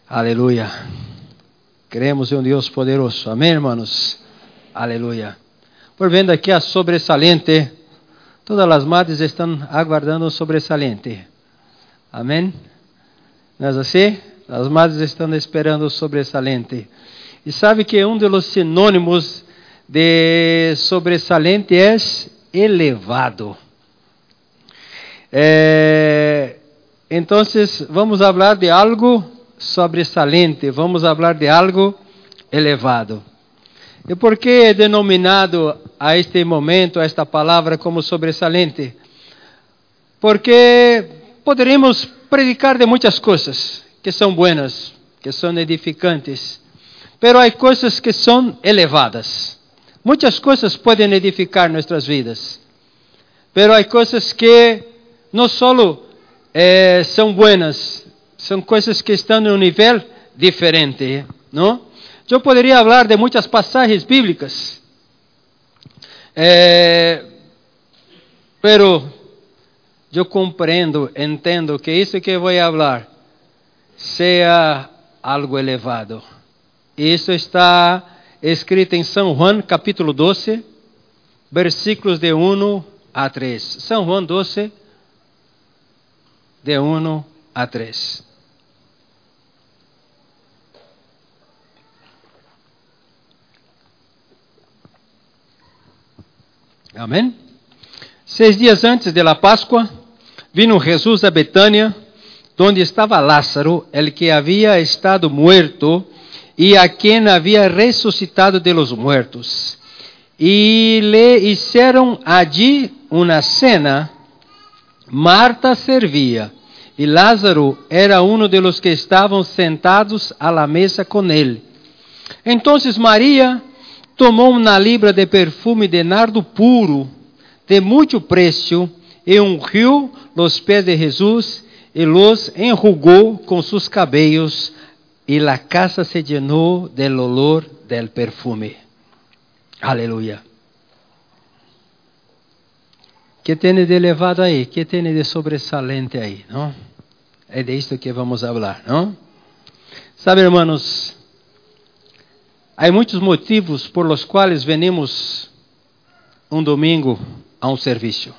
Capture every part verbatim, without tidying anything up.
Aleluya. Creemos en un Dios poderoso. Amén, hermanos. Aleluya. Volviendo aqui a sobresaliente, todas as madres estão aguardando um sobresaliente. Amém? Não é assim? As madres estão esperando o sobresaliente. E sabe que um dos sinônimos de sobresaliente é elevado. É, então, vamos falar de algo sobresaliente, vamos falar de algo elevado. E por que é denominado a este momento, a esta palavra como sobresaliente? Porque poderíamos predicar de muitas coisas que são buenas, que são edificantes, pero há coisas que são elevadas. Muitas coisas podem edificar nossas vidas, pero há coisas que não só eh, são buenas, são coisas que estão em um nível diferente, não? Eu poderia falar de muitas passagens bíblicas, eh, pero eu compreendo, entendo que isso que eu vou falar seja algo elevado. Isso está escrito em São João, capítulo doze, versículos de um a três. São João doze, de um a três. Amém? Seis dias antes de la Páscoa, vino Jesus a Betânia, onde estava Lázaro, el que havia estado muerto, e a quem havia ressuscitado de los muertos. E le hicieron allí uma cena. Marta servia, e Lázaro era um de los que estavam sentados a la mesa com ele. Então Maria tomou uma libra de perfume de nardo puro, de muito preço, e ungiu os pés de Jesus, e los enrugou com seus cabelos, e la casa se llenou del olor del perfume. Aleluia. Que tem de elevado aí? Que tem de sobressalente aí? Não? É de isto que vamos falar, não? Sabe, hermanos, há muitos motivos por los quais venimos um domingo a um serviço.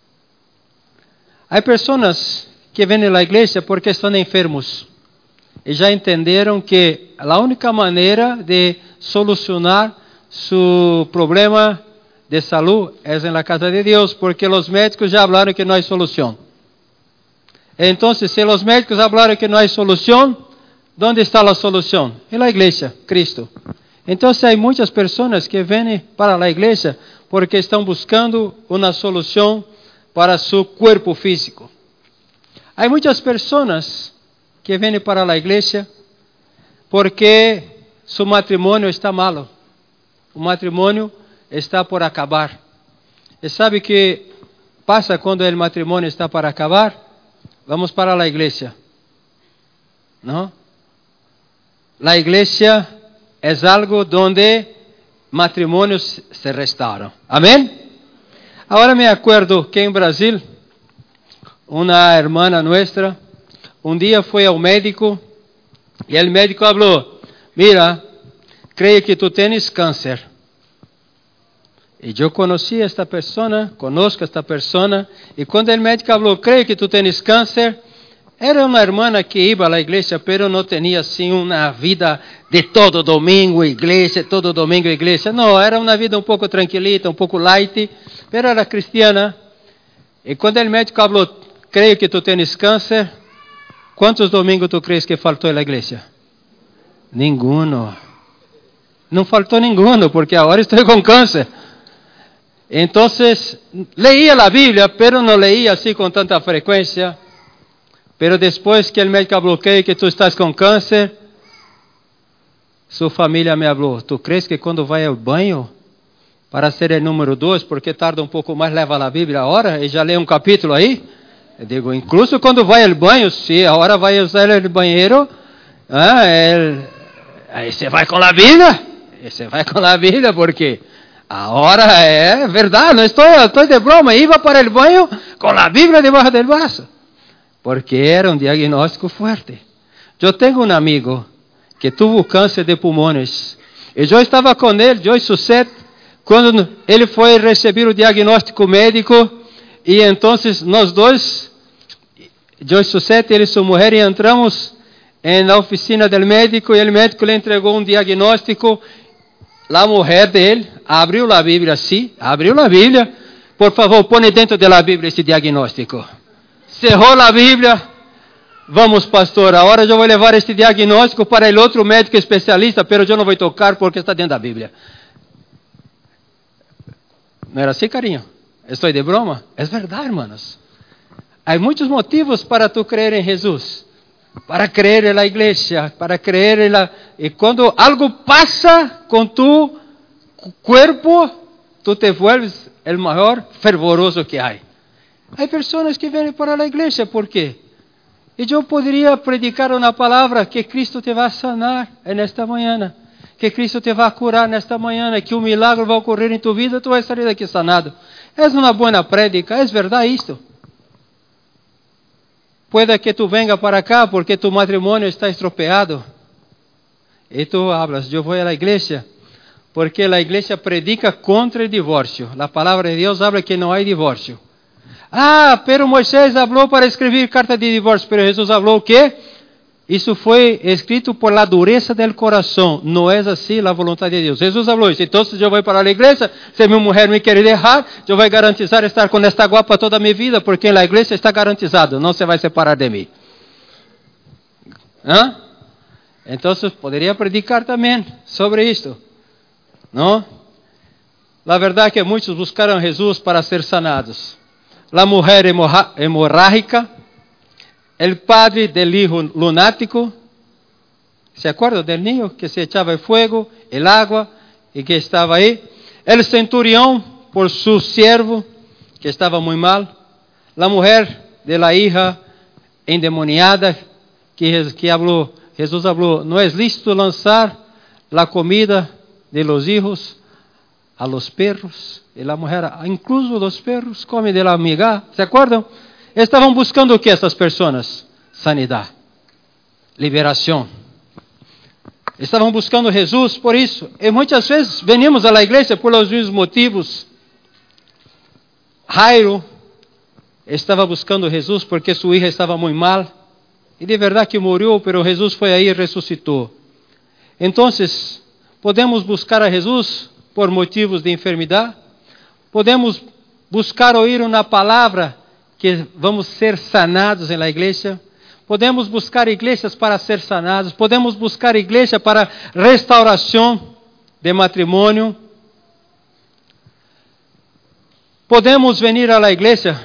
Há pessoas que vêm à igreja porque estão enfermos e já entenderam que a única maneira de solucionar seu problema de saúde é na casa de Deus, porque os médicos já falaram que não há solução. Então, se os médicos falaram que não há solução, onde está a solução? Em la igreja, Cristo. Então, há muitas pessoas que vêm para a igreja porque estão buscando uma solução para seu corpo físico. Há muitas pessoas que vêm para a igreja porque seu matrimônio está malo. O matrimônio está por acabar. E sabe que passa quando o matrimônio está para acabar? Vamos para a igreja. Não? A igreja é algo onde matrimônios se restauram. Amém? Agora me acuerdo que em Brasil, uma irmã nossa, um dia foi ao médico e o médico falou: mira, creio que tu tens câncer. E eu conheci esta pessoa, conosco esta pessoa, e quando o médico falou: creio que tu tens câncer, era uma irmã que ia à igreja, pero não tinha assim uma vida de todo domingo igreja, todo domingo igreja. Não, era uma vida um pouco tranquilita, um pouco light, pero era cristiana. E quando o médico falou: creio que tu tens câncer, quantos domingos tu crees que faltou na igreja? Ninguno. Não faltou ninguno, porque agora estou com câncer. Então, leía a Bíblia, pero não leía assim com tanta frequência. Pero depois que o médico bloqueia que tu estás com câncer, sua família me falou: tu crees que quando vai ao banho, para ser o número dois, porque tarda um pouco mais, leva a Bíblia a hora, e já lê um capítulo aí? Eu digo, incluso quando vai ao banho, se a hora vai usar o banheiro, ah, el, aí você vai com a Bíblia, você vai com a Bíblia, porque agora é verdade, não estou, estou de broma, iba para o banho com a Bíblia debaixo do braço, porque era um diagnóstico forte. Eu tenho um amigo que teve câncer de pulmões. E eu estava com ele, eu e Suzette, quando ele foi receber o diagnóstico médico. E então nós dois, eu e Suzette, ele e sua mulher, e entramos na oficina do médico. E o médico lhe entregou um diagnóstico. A mulher dele abriu a Bíblia assim, abriu a Bíblia. Por favor, põe dentro da Bíblia esse diagnóstico. Cerrou a Bíblia. Vamos, pastor, agora eu vou levar este diagnóstico para o outro médico especialista, mas eu não vou tocar porque está dentro da Bíblia. Não era assim, carinho? Estou de broma? É verdade, hermanos. Há muitos motivos para tu crer em Jesus. Para crer na igreja, para crer na... E quando algo passa com tu corpo, tu te vuelves o maior fervoroso que há. Há pessoas que vêm para a igreja, ¿por quê? E eu poderia predicar uma palavra que Cristo te vai sanar nesta manhã, que Cristo te vai curar nesta manhã, que um milagre vai ocorrer em tu vida, tu vais sair daqui sanado. É uma boa prédica, é verdade isto. Puede que tu venga para cá porque tu matrimônio está estropeado. E tu hablas, eu vou à igreja porque a igreja predica contra o divórcio. A palavra de Deus habla que não há divórcio. Ah, pero Moisés falou para escrever carta de divórcio, pero Jesus falou que isso foi escrito por la dureza del coração. Não é assim a vontade de Deus. Jesus falou isso. Então, eu vou para a igreja, se minha mulher me quer deixar, eu vou garantizar estar com esta guapa toda a minha vida, porque na igreja está garantizado, não se vai separar de mim. ¿Ah? Então, poderia predicar também sobre isto. Não? A verdade é que muitos buscaram Jesus para ser sanados. A mulher hemorrágica, o padre del hijo lunático, ¿se acuerda del niño que se echaba el fuego, el agua y que estaba ahí? El centurión por su siervo que estaba muy mal. La mujer de la hija endemoniada que, que habló, Jesús habló, no es lícito lanzar la comida de los hijos a los perros. E a mulher, incluso os perros, comem de la miga. ¿Se acuerdan? Estavam buscando o que essas pessoas? Sanidade, liberação. Estavam buscando Jesus por isso. E muitas vezes venimos à igreja por os mesmos motivos. Jairo estava buscando Jesus porque sua filha estava muito mal. E de verdade que morreu, mas Jesus foi aí e ressuscitou. Então, podemos buscar a Jesus por motivos de enfermidade. Podemos buscar ouvir uma palavra que vamos ser sanados na igreja. Podemos buscar igrejas para ser sanados. Podemos buscar igreja para restauração de matrimônio. Podemos vir à igreja.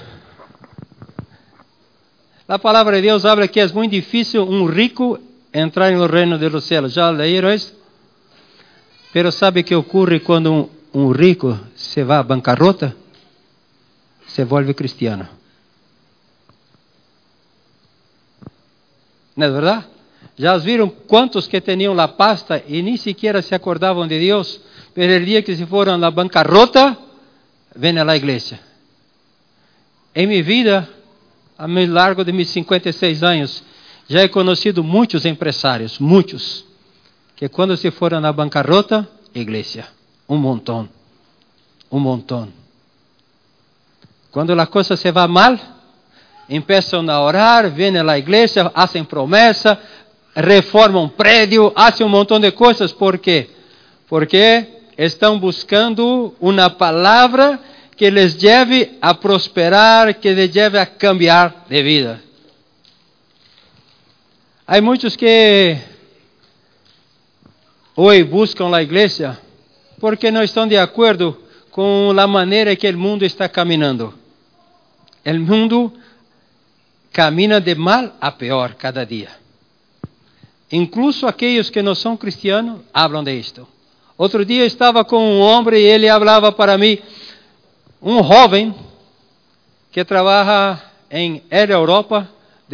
A palavra de Deus habla que é muito difícil um rico entrar no reino dos céus. Já leram isso? Pero sabe o que ocorre quando um um rico se vai à bancarrota? Se volve cristiano. Não é verdade? Já viram quantos que tinham a pasta e nem sequer se acordavam de Deus? Pero el dia que se foram à bancarrota, vêm à igreja. Em minha vida, a lo largo de meus cinquenta e seis anos, já he conhecido muitos empresários, muitos, que quando se foram à bancarrota, igreja. Um montão, um montão. Quando a coisa se vai mal, começam a orar, vêm à igreja, fazem promessa, reformam prédio, fazem um montão de coisas. ¿Por quê? Porque estão buscando uma palavra que les lleve a prosperar, que les lleve a cambiar de vida. Há muitos que hoje buscam a igreja porque não estão de acordo com a maneira que o mundo está caminhando. O mundo camina de mal a pior cada dia. Incluso aqueles que não são cristianos falam de isto. Outro dia estava com um homem e ele falava para mim, um jovem que trabalha em Air Europa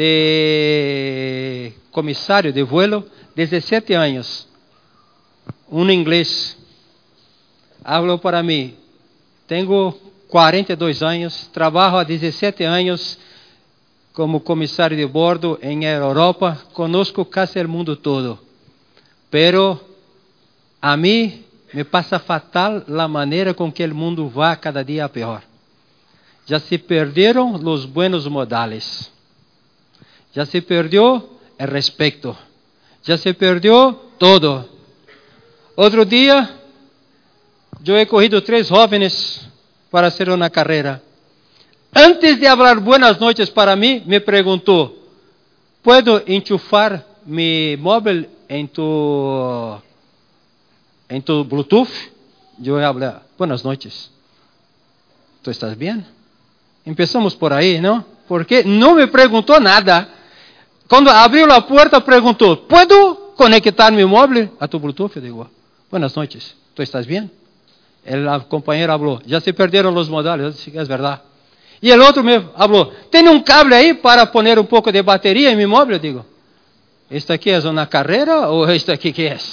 de comissário de vuelo, dezessete anos, um inglês. Falou para mim, tenho quarenta e dois anos, trabalho há dezessete anos como comissário de bordo em Europa, conosco casi el mundo todo. Pero a mim me passa fatal a maneira com que o mundo vai cada dia a pior. Já se perderam os buenos modales. Já se perdeu o respeito. Já se perdeu todo. Outro dia, eu he corrido três jovens para hacer uma carreira. Antes de hablar buenas noches para mim, me perguntou: ¿puedo enchufar mi móvil em tu, em tu Bluetooth? Eu falei: buenas noches. ¿Tú estás bien? Empezamos por aí, não? Porque não me perguntou nada. Quando abriu a porta, perguntou: ¿puedo conectar mi móvil a tu Bluetooth? Eu digo: buenas noches. ¿Tú estás bien? El compañero habló: ya se perdieron los modales. Eu disse: es verdad. E o outro me falou: tem um cable aí para poner um pouco de bateria em meu móvel? Eu digo: ¿esto aqui é uma carreira ou isto aqui que é?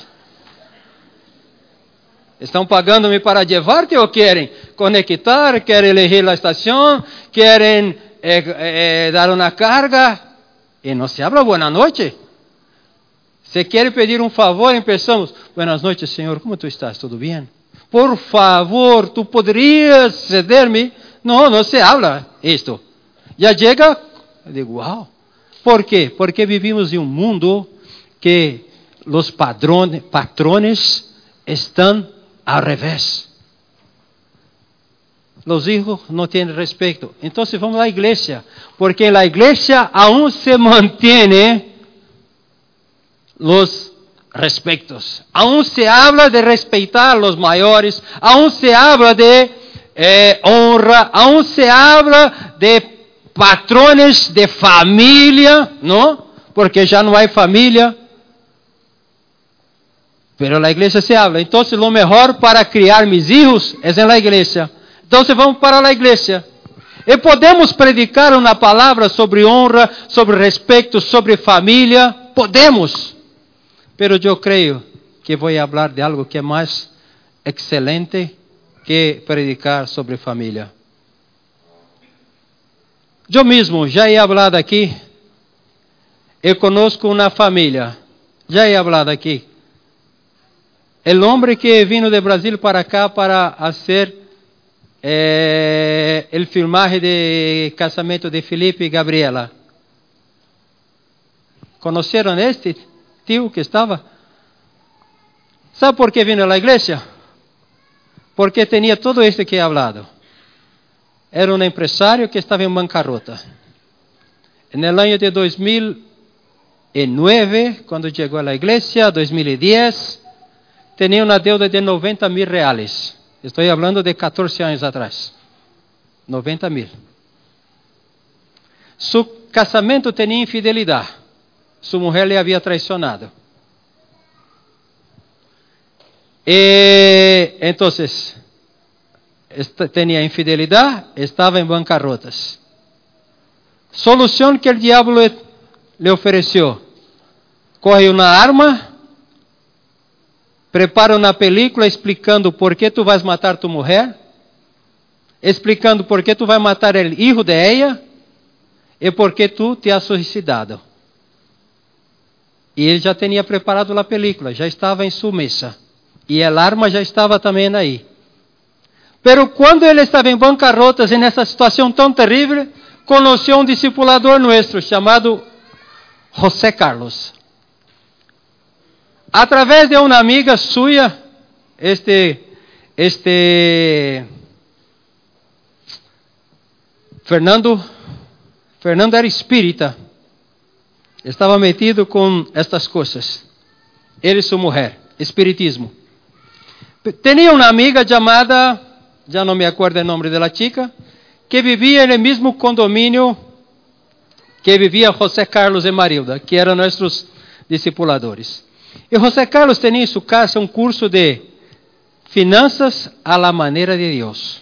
Estão pagando-me para llevarte ou querem conectar, querem elegir a estação, querem eh, eh, dar uma carga? E não se habla buena noite. Se quer pedir um favor, empezamos: buenas noches, senhor, como tu estás? ¿Tudo bem? Por favor, tu poderias ceder-me? Não, não se habla isto. Já chega, eu digo: uau. ¿Por quê? Porque vivimos em um mundo que os padrones, patrones estão ao revés. Os hijos não têm respeito. Então vamos à igreja, porque na igreja aún se mantém os respeitos. Aún se habla de respeitar os maiores, aún se habla de eh, honra, aún se habla de patrones de família, não? Porque já não há família. Pero na igreja se habla. Então, o melhor para criar mis hijos é na igreja. Então, vamos para a igreja. E podemos predicar uma palavra sobre honra, sobre respeito, sobre família. Podemos. Pero eu creio que vou falar de algo que é mais excelente que predicar sobre família. Eu mesmo já he falado aqui. Eu conosco uma família. Já he falado aqui. El hombre que vino de Brasil para acá para hacer eh, el filmaje de casamento de Felipe y Gabriela. ¿Conocieron este tío que estaba? ¿Sabe por qué vino a la iglesia? Porque tenía todo esto que he hablado. Era un empresario que estaba en bancarrota. En el año de dos mil nueve, cuando llegó a la iglesia, dos mil diez... tenía una deuda de noventa mil reales. Estoy hablando de catorce años atrás. noventa mil. Su casamento tenía infidelidad. Su mujer le había traicionado. Y entonces, tenía infidelidad, estaba en bancarrotas. Solución que el diablo le ofreció: coge una arma, prepara uma película explicando por que tu vais matar tu mulher, explicando por que tu vais matar o filho de ella e por que tu te has suicidado. E ele já tinha preparado a película, já estava em sua mesa. E a arma já estava também aí. Pero quando ele estava em bancarrotas, e nessa situação tão terrível, conheceu um discipulador nosso chamado José Carlos. A través de uma amiga suya, este, este Fernando, Fernando era espírita, estava metido com estas coisas. Ele e sua mulher, espiritismo. Tinha uma amiga chamada, já não me acordo o nome da chica, que vivia no mesmo condomínio que vivia José Carlos e Marilda, que eram nossos discipuladores. E José Carlos tinha em sua casa um curso de finanças a la maneira de Deus.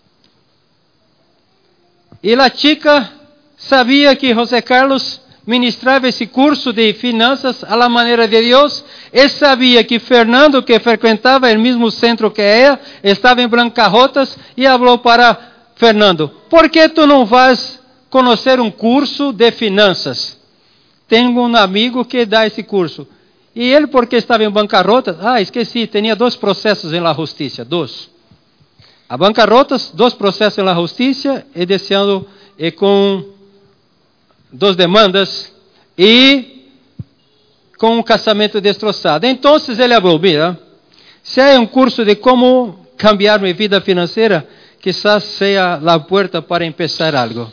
E a chica sabia que José Carlos ministrava esse curso de finanças a la maneira de Deus, e sabia que Fernando, que frequentava o mesmo centro que ela, estava em bancarrotas, e falou para Fernando: por que tu não vas conhecer um curso de finanças. Tenho um amigo que dá esse curso. E ele, porque estava em bancarrota, ah, esqueci, tinha dois processos em la justiça, dois. A bancarrota, dois processos em la justiça, e desse ano e com duas demandas, e com um casamento destroçado. Então, ele falou, mira, se há um curso de como cambiar minha vida financeira, quizás seja a porta para começar algo.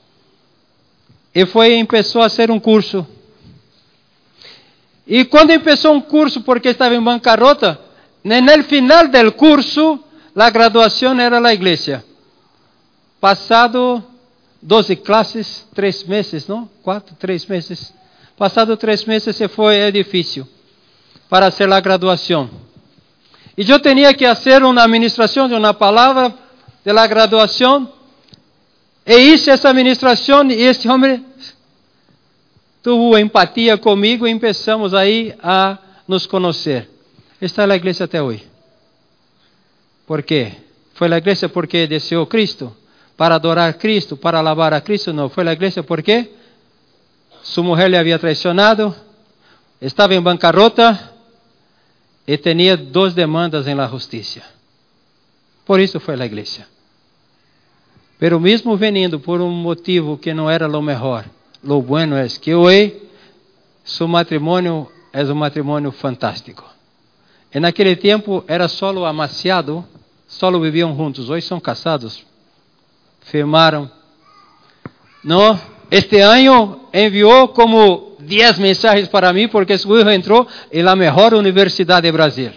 E foi, começou a ser um curso. E quando começou um curso, porque estava em bancarrota, no final do curso, a graduação era na igreja. Passado doze classes, três meses, não? Quatro, três meses. Passado três meses se foi ao edifício para fazer a graduação. E eu tinha que fazer uma administração de uma palavra de la graduação. E hice essa administração e esse homem tuvo empatia comigo e começamos aí a nos conhecer. Está na igreja até hoje. ¿Por quê? Foi na igreja porque desejou Cristo? Para adorar Cristo? Para alabar a Cristo? Não. Foi na igreja porque sua mulher lhe havia traicionado, estava em bancarrota e tinha duas demandas em la justiça. Por isso foi na igreja. Pero mesmo venindo por um motivo que não era o melhor, lo bueno es que hoje su matrimônio é um matrimônio fantástico. E naquele tempo era solo amaciado, solo viviam juntos. Hoje são casados, firmaram. Não, este ano enviou como dez mensagens para mim porque su hijo entrou em la mejor universidade de Brasil.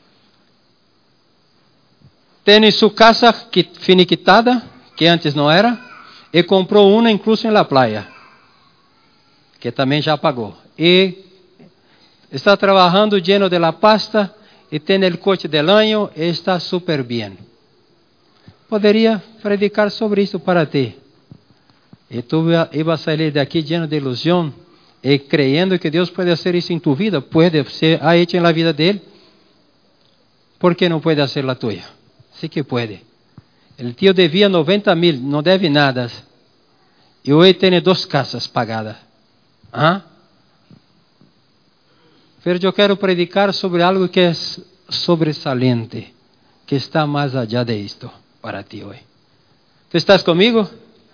Tem sua casa finiquitada, que antes não era, e comprou uma incluso em la playa, que também já pagou. E está trabalhando lleno de la pasta e tem o coche del año e está super bem. Poderia predicar sobre isso para ti. E tu iba a sair daqui lleno de ilusão e creyendo que Deus pode fazer isso em tu vida. Pode ser, ha hecho en la vida dele. ¿Por que não pode hacer la tuya? Sí que pode. El tío devia noventa mil, não deve nada. E hoje tem duas casas pagadas. ¿Ah? Pero eu quero predicar sobre algo que é sobressalente, que está mais allá de isto para ti hoje. ¿Tu estás comigo?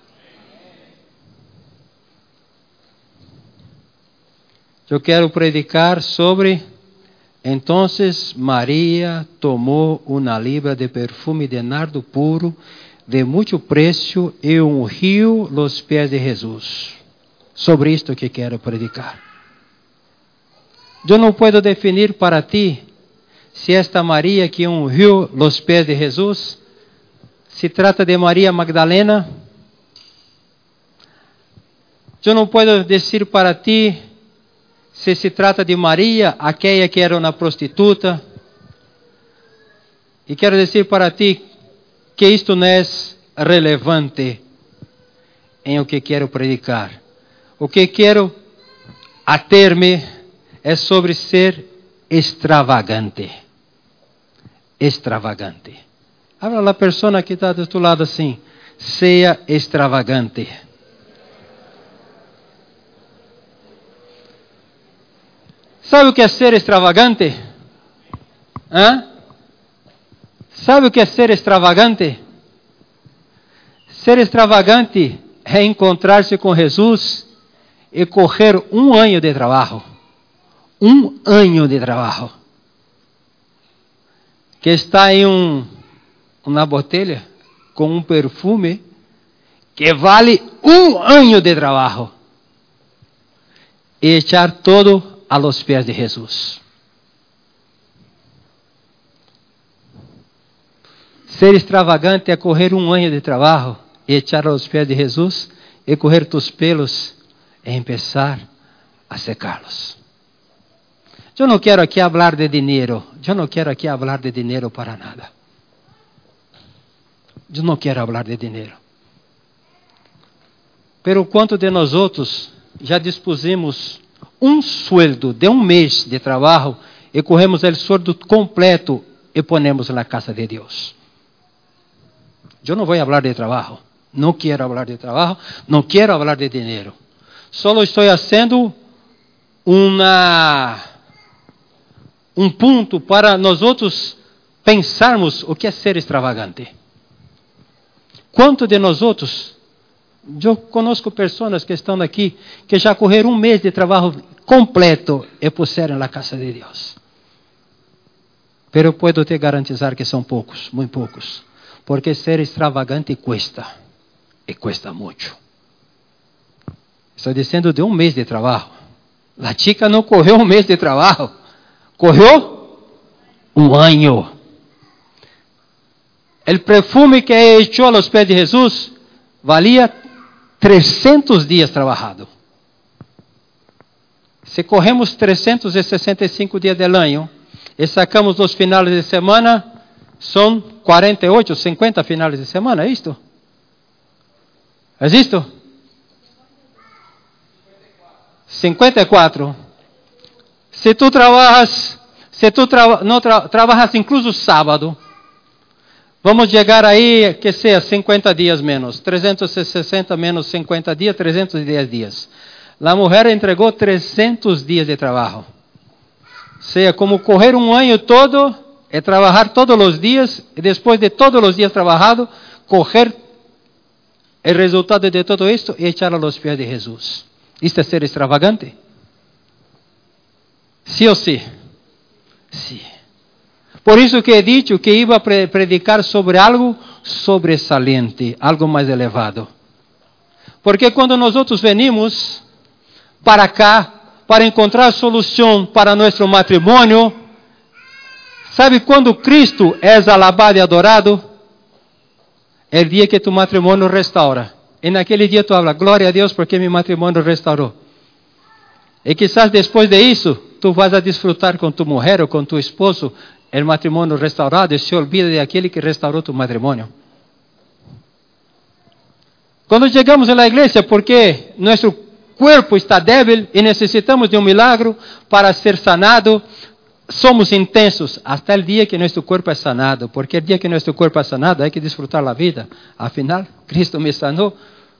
Eu quero predicar sobre, entonces Maria tomou uma libra de perfume de nardo puro, de muito preço, e ungiu os pés de Jesus. Sobre isto que quero predicar. Eu não posso definir para ti se esta Maria que ungiu os pés de Jesus se trata de Maria Magdalena. Eu não posso dizer para ti se se trata de Maria, aquela que era uma prostituta. E quero dizer para ti que isto não é relevante em o que quero predicar. O que quero ater-me é sobre ser extravagante. Extravagante. Habla a pessoa que está do teu lado assim. Seja extravagante. Sabe o que é ser extravagante? Hã? Sabe o que é ser extravagante? Ser extravagante é encontrar-se com Jesus e correr um ano de trabalho. Um ano de trabalho. Que está em um, uma botella com um perfume que vale um ano de trabalho. E echar todo a los pés de Jesus. Ser extravagante é correr um ano de trabalho e echar aos pés de Jesus e correr tus pelos e empezar a secá-los. Eu não quero aqui falar de dinheiro. Eu não quero aqui falar de dinheiro para nada. Eu não quero falar de dinheiro. Pero quanto de nós outros já dispusemos um sueldo de um mês de trabalho e corremos o sueldo completo e ponemos na casa de Deus. Eu não vou falar de trabalho. No quiero hablar de trabajo, no quiero hablar de dinero. Solo estoy haciendo una, um ponto para nós outros pensarmos o que é ser extravagante. Quanto de nós outros, eu conosco pessoas que estão aqui, que já correram um mês de trabalho completo e puseram na casa de Deus. Pero puedo te garantizar que são poucos, muito poucos. Porque ser extravagante cuesta, e cuesta muito. Estou dizendo de um mês de trabalho. A chica não correu um mês de trabalho, correu um ano. O perfume que echou aos pés de Jesus valia trezentos dias trabalhado. Se corremos trezentos e sessenta e cinco dias del ano e sacamos os finais de semana, são quarenta e oito, cinquenta finais de semana, é isto? É isto? cinquenta e quatro. Se tu trabalhas, se tu tra, não tra, trabalhas incluso sábado, vamos chegar aí, que seja cinquenta dias menos. trezentos e sessenta menos cinquenta dias, trezentos e dez dias. A mulher entregou trezentos dias de trabalho. Seja como correr um ano todo, é trabalhar todos os dias, e depois de todos os dias trabalhado, correr o resultado de todo isto e echar a los pés de Jesus. Isto é ser extravagante? Sim ou sim? Sim. Por isso que he dicho que iba a predicar sobre algo sobresaliente, algo mais elevado. Porque quando nós outros venimos para cá, para encontrar solução para nosso matrimônio, sabe quando Cristo é alabado e adorado? É o dia que tu matrimônio restaura. E naquele dia tu habla, glória a Deus porque meu matrimônio restaurou. E quizás depois de isso, tu vas a desfrutar com tu mulher ou com tu esposo o matrimônio restaurado e se olvida de aquele que restaurou tu matrimônio. Quando chegamos na igreja, porque nosso corpo está débil e necessitamos de um milagre para ser sanado, somos intensos até o dia que nosso corpo é sanado, porque o dia que nosso corpo é sanado, há que desfrutar a vida. Afinal, Cristo me sanou.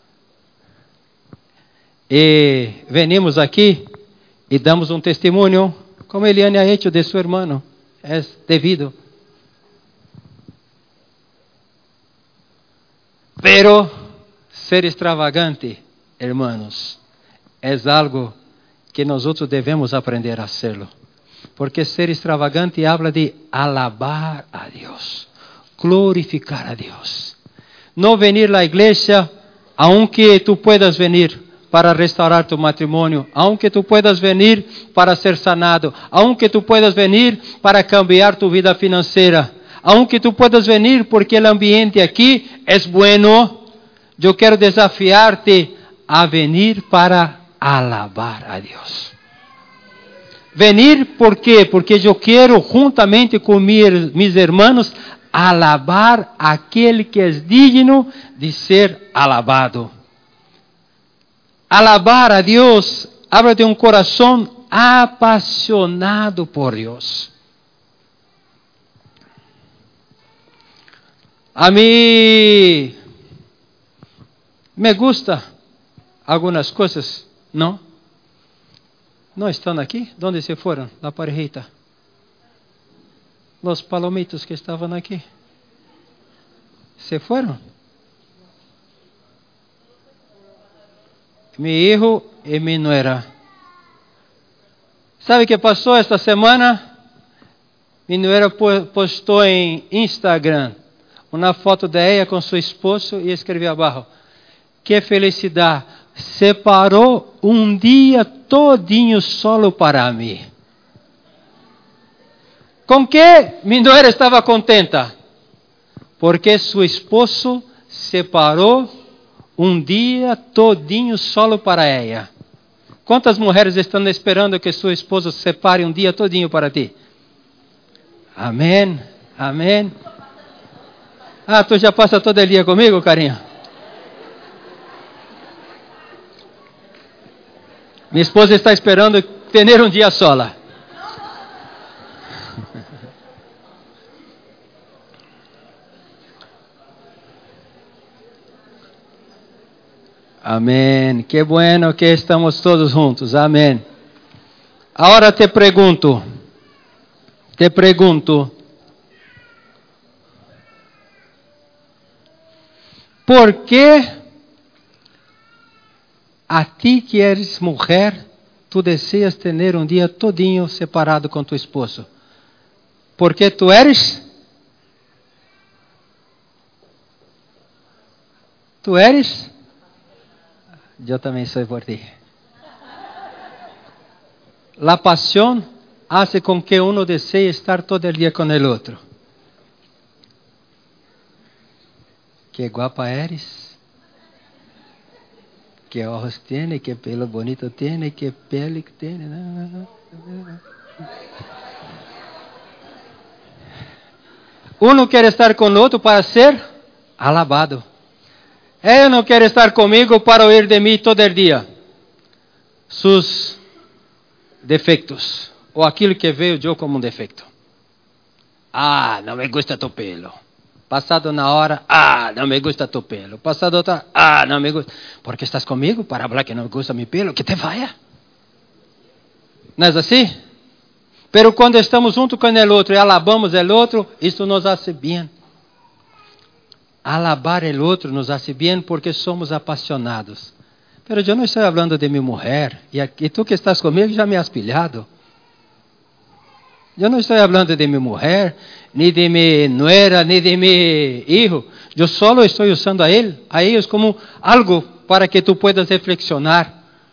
E venimos aqui e damos um testemunho, como Eliane ha hecho de seu irmão. É devido. Pero ser extravagante, hermanos, é algo que nós outros devemos aprender a hacerlo. Porque ser extravagante habla de alabar a Deus, glorificar a Deus. Não venir à igreja, aunque tu puedas venir para restaurar tu matrimônio, aunque tu puedas venir para ser sanado, aunque tu puedas venir para cambiar tu vida financeira, aunque tu puedas venir porque o ambiente aqui é bueno, eu quero desafiar-te a venir para alabar a Deus. Venir por quê? Porque eu quero, juntamente com meus irmãos, alabar aquele que é digno de ser alabado. Alabar a Deus habla de um coração apaixonado por Deus. A mim me gusta algumas coisas, não? Não estão aqui? Onde se foram? La parejita. Os palomitos que estavam aqui. Se foram? Mi hijo e mi nuera. ¿Sabe qué pasó esta semana? Mi nuera postou em Instagram uma foto de ella com seu esposo e escreveu abaixo: que felicidade, separou um dia todinho solo para mim. Com que mi nuera estava contenta? Porque seu esposo separou um dia todinho solo para ela. Quantas mulheres estão esperando que seu esposo separe um dia todinho para ti? Amém, amém. Ah, tu já passa todo dia comigo, carinho? Minha esposa está esperando ter um dia sola. Amén. Qué bueno que estamos todos juntos. Amén. Ahora te pregunto, te pregunto, ¿por qué a ti que eres mujer, tú deseas tener um dia todinho separado com tu esposo? Porque tu eres? Tu eres? Eu também sou por ti. La pasión hace con que uno desee estar todo el día con el otro. Que guapa eres. Que ojos tiene, que pelo bonito tiene, que pele tiene. Uno quiere estar con el otro para ser alabado. Ella no quiere estar conmigo para oír de mí todo el día sus defectos, ou aquilo que veio eu como um defeito. Ah, não me gusta tu pelo. Passado na hora, ah, não me gusta tu pelo. Passado outra, ah, não me gusta. Porque estás comigo para falar que não me gusta mi pelo? Que te vaya. Não é assim? Pero quando estamos junto com o outro e alabamos o outro, isso nos hace bem. Alabar o outro nos hace bem porque somos apaixonados. Pero eu não estou falando de minha mulher, e, aqui, e tu que estás comigo já me has pilhado. Eu não estou falando de minha mulher, nem de minha nuera, nem de meu hijo. Eu só estou usando a ele, a eles como algo para que tu puedas reflexionar.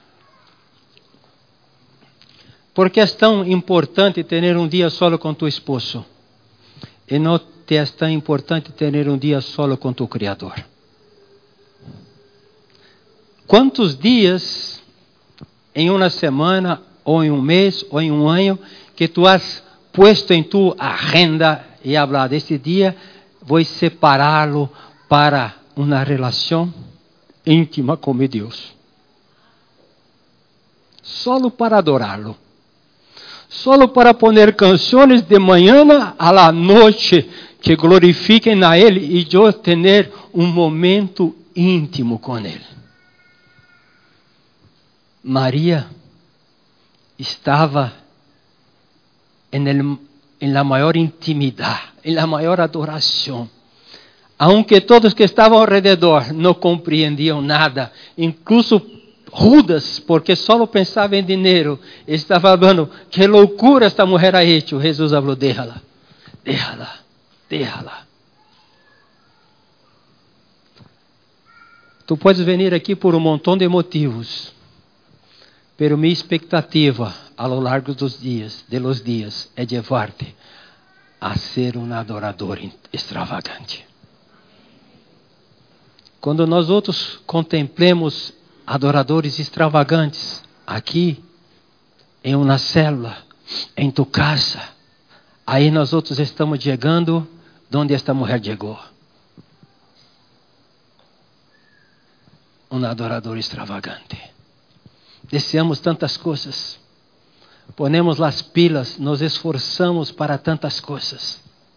¿Por que é tão importante ter um dia solo com tu esposo? E não te é tão importante ter um dia solo com tu Criador? Quantos dias em uma semana, ou em um mês, ou em um ano, que tu has puesto em tu agenda e hablado, este dia vou separá-lo para uma relação íntima com meu Deus? Solo para adorá-lo. Solo para poner canções de manhã a la noite que glorifiquem a Ele e eu ter um momento íntimo com Ele. Maria estava em, el, em la maior intimidade, em la maior adoração. Aunque todos que estavam ao redor não compreendiam nada, incluso Judas, porque só pensava em dinheiro, estava falando, que loucura esta mulher ha hecho. Jesus falou, déjala, déjala, déjala. Tu podes vir aqui por um montão de motivos, pero minha expectativa a lo largo dos dias, de los dias, é levar-te a ser um adorador extravagante. Quando nós outros contemplemos adoradores extravagantes aqui, em uma célula, em tu casa, aí nós outros estamos chegando onde esta mulher chegou. Um adorador extravagante. Deseamos tantas coisas, ponemos las pilas, nos esforçamos para tantas coisas,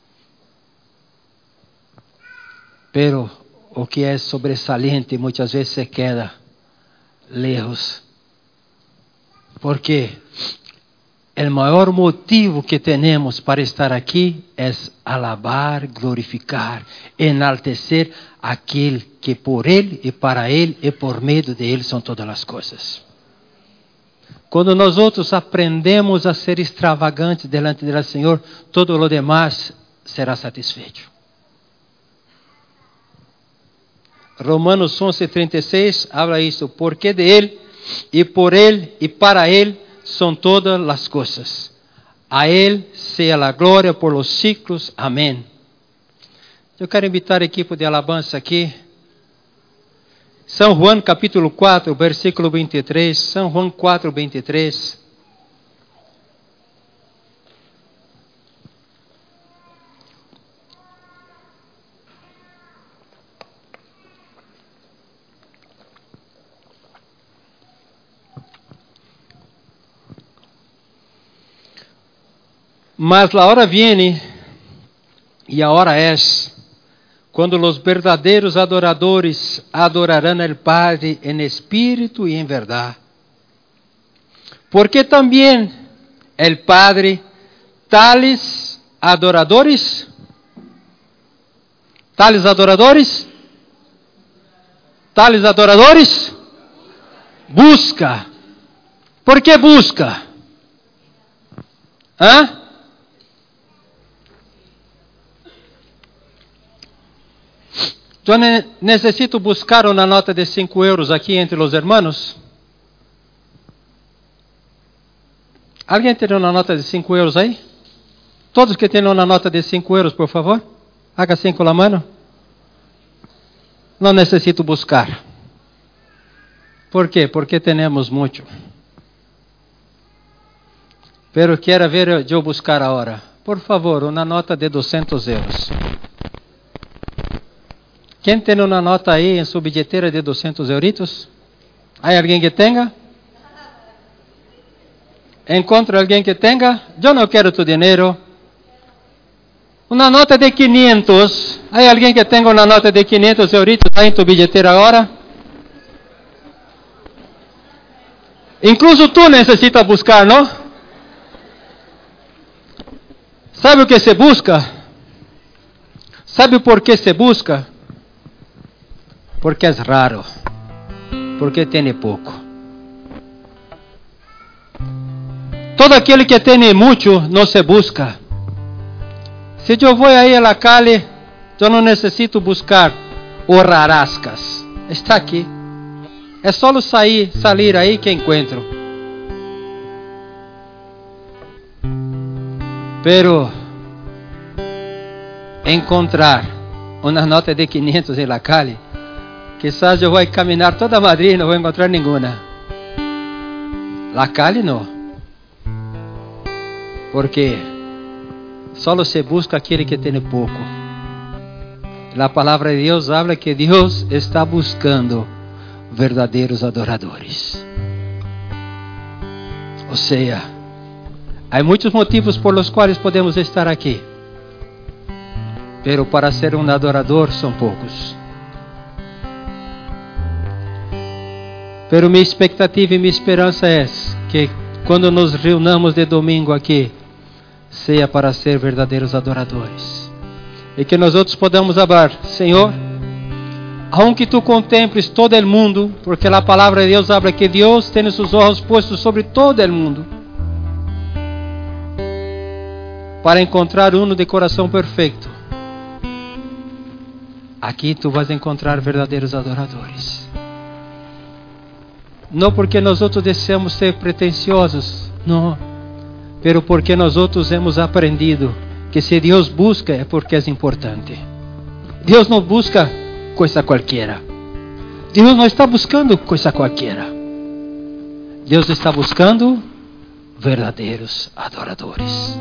pero o que é sobresaliente muitas vezes se queda lejos, porque o maior motivo que temos para estar aqui é alabar, glorificar, enaltecer aquele que por Ele e para Ele e por meio de Ele são todas as coisas. Quando nós outros aprendemos a ser extravagantes delante do Senhor, todo o demais será satisfeito. Romanos onze, trinta e seis, habla isso, porque de Ele, e por Ele, e para Ele, são todas as coisas. A Ele seja a glória por los ciclos. Amém. Eu quero invitar a equipe de alabança aqui. São João capítulo quatro, versículo vinte e três. São João quatro, vinte e três. Mas a hora viene, e a hora é, Quando os verdadeiros adoradores adorarão al Padre em espírito e em verdade. Porque também el Padre tales adoradores, tales adoradores, tales adoradores, busca. ¿Por que busca? ¿Ah? Eu ne necessito buscar uma nota de cinco euros aqui entre os hermanos. Alguém tem uma nota de cinco euros aí? Todos que têm uma nota de cinco euros, por favor. Haga assim com a mão. Não necessito buscar. ¿Por quê? Porque temos muito. Pero quero ver eu buscar agora. Por favor, uma nota de duzentos euros. Quem tem uma nota aí em sua bilheteira de duzentos euritos? Há alguém que tenha? Encontra alguém que tenha? Eu não quero tu dinheiro. Uma nota de quinhentos. Há alguém que tenha uma nota de quinhentos euritos aí em tu bilheteira agora? Incluso tu necessitas buscar, não? Sabe o que se busca? Sabe por que se busca? Porque é raro, porque tem pouco. Todo aquele que tem muito não se busca. Se eu vou aí a la calle, eu não necessito buscar horrarascas. Está aqui. É só sair, sair aí que encontro. Pero encontrar uma nota de quinhentos em la calle, quizás eu vou caminhar toda Madrid e não vou encontrar nenhuma. La calle não. Porque só se busca aquele que tem pouco. A palavra de Deus habla que Deus está buscando verdadeiros adoradores. Ou seja, há muitos motivos por los quais podemos estar aqui. Pero para ser um adorador são poucos. Pero minha expectativa e minha esperança é que quando nos reunamos de domingo aqui, seja para ser verdadeiros adoradores. E que nós outros podamos falar, Senhor, aunque tu contemples todo o mundo, porque a palavra de Deus habla que Deus tem seus olhos postos sobre todo o mundo, para encontrar um de coração perfeito. Aqui tu vas encontrar verdadeiros adoradores. Não porque nós outros desejamos ser pretensiosos, não, pero porque nós outros hemos aprendido que se Deus busca é porque é importante. Deus não busca coisa qualquer. Deus não está buscando coisa qualquer. Deus está buscando verdadeiros adoradores.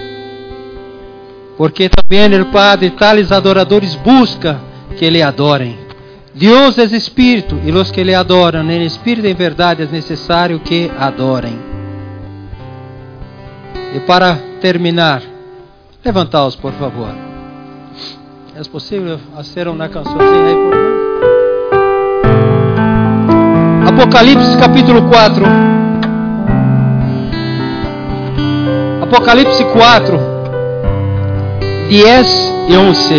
Porque também o Padre tales adoradores busca que lhe adorem. Deus é espírito e os que lhe adoram em espírito e em verdade é necessário que adorem. E para terminar, levantaos por favor. É possível fazer uma cançãozinha aí por favor? Apocalipse capítulo quatro. Apocalipse quatro, dez e onze.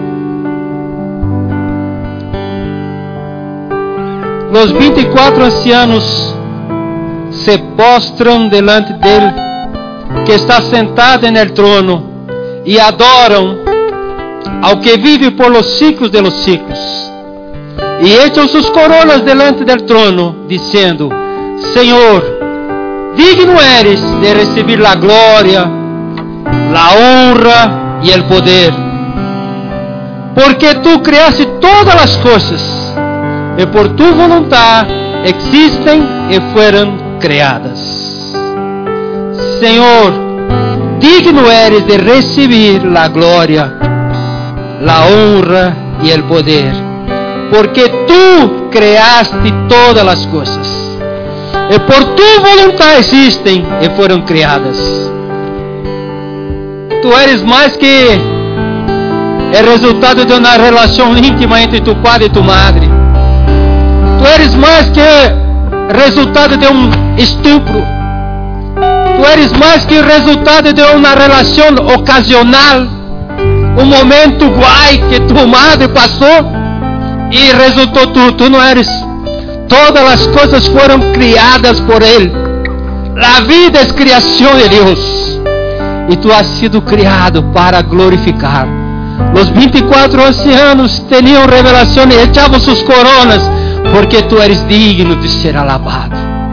Los veinticuatro ancianos se postram delante dele, que está sentado en el trono, e adoram ao que vive por los siglos de los siglos. E echam sus coronas delante del trono, dizendo: Senhor, digno eres de recibir la gloria, la honra y el poder, porque tú creaste todas las cosas, e por tu voluntad existem e fueron creadas. Senhor, digno eres de recibir la gloria, la honra y el poder, porque tú creaste todas las cosas, e por tu voluntad existem e fueron creadas. Tú eres mais que é resultado de uma relação íntima entre tu pai e tu madre. Tu eres mais que resultado de um estupro. Tu eres mais que resultado de uma relação ocasional, um momento guai que tu madre passou e resultou tu. Tu não eres. Todas as coisas foram criadas por Ele. A vida é criação de Deus. E tu has sido criado para glorificar. Os vinte e quatro ancianos tinham revelação e echavam suas coronas, porque tu eres digno de ser alabado.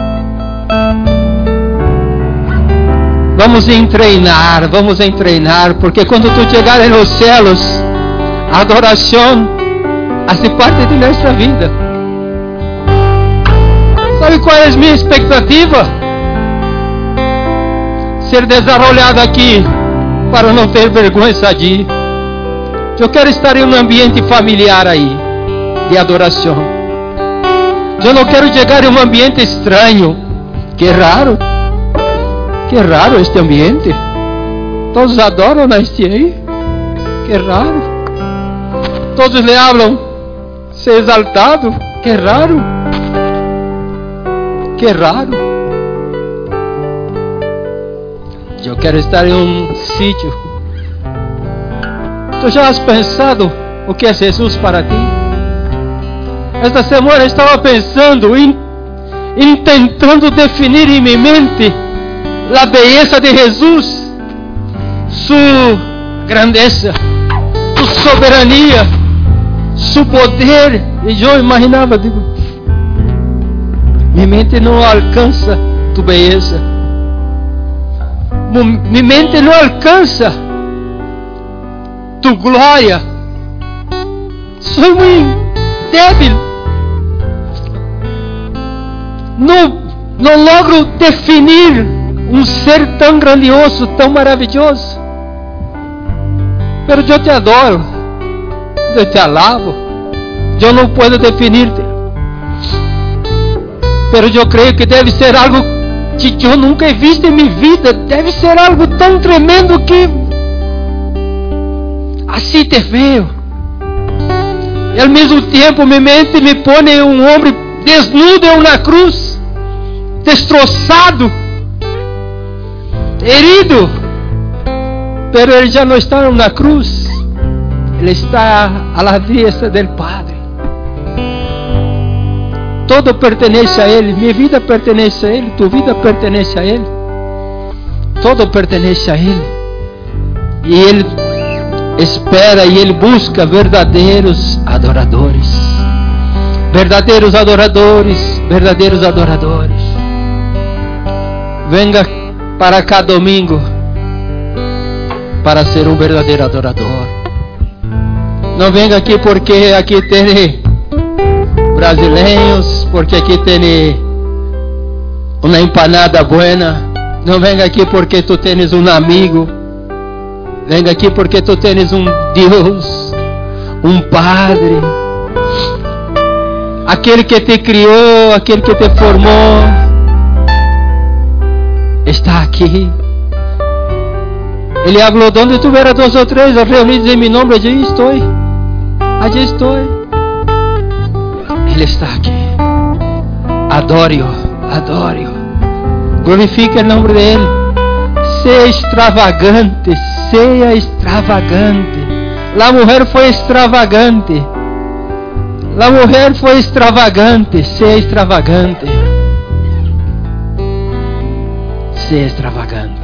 Vamos treinar, vamos treinar, porque quando tu chegares nos céus, a adoração hace parte de nossa vida. Sabe qual é a minha expectativa? Ser desarrollado aqui, para não ter vergonha allí. Eu quero estar em um ambiente familiar aí, de adoração. Eu não quero chegar em um ambiente estranho. Que raro. Que raro este ambiente. Todos adoram este aí. Que raro. Todos lhe hablam ser exaltado. Que raro. Que raro. Eu quero estar em um sítio. Tu já has pensado o que é Jesus para ti? Esta semana eu estava pensando em, em tentando definir em minha mente a beleza de Jesus, sua grandeza, sua soberania, seu poder. E eu imaginava, digo, minha mente não alcança tu beleza, minha mente não alcança tu glória. Sou muito débil. Não, não logro definir um ser tão grandioso, tão maravilhoso. Mas eu te adoro, eu te alabo. Eu não posso definir-te, mas eu creio que deve ser algo que eu nunca he visto em minha vida. Deve ser algo tão tremendo que assim te vejo. E ao mesmo tempo minha mente me põe um homem desnudo em uma cruz, destroçado, herido, pero ele já não está na cruz, ele está à la diestra del Padre. Todo pertenece a Ele, minha vida pertenece a Ele, tua vida pertenece a Ele, todo pertenece a Ele. E Ele espera e Ele busca verdadeiros adoradores. Verdadeiros adoradores, verdadeiros adoradores. Venga para cá domingo para ser um verdadeiro adorador. Não venga aqui porque aqui tem brasileiros, porque aqui tem uma empanada buena. Não venga aqui porque tu tens um amigo. Venga aqui porque tu tens um Deus, um Padre, aquele que te criou, aquele que te formou, está aqui. Ele falou: donde tu verás dois ou três reunidos em meu nome, allí estou, allí estou. Ele está aqui. Adore-o, adore-o, glorifique o nome dele. Seja extravagante, seja extravagante. A mulher foi extravagante. A mulher foi extravagante. Seja extravagante. Seja extravagante.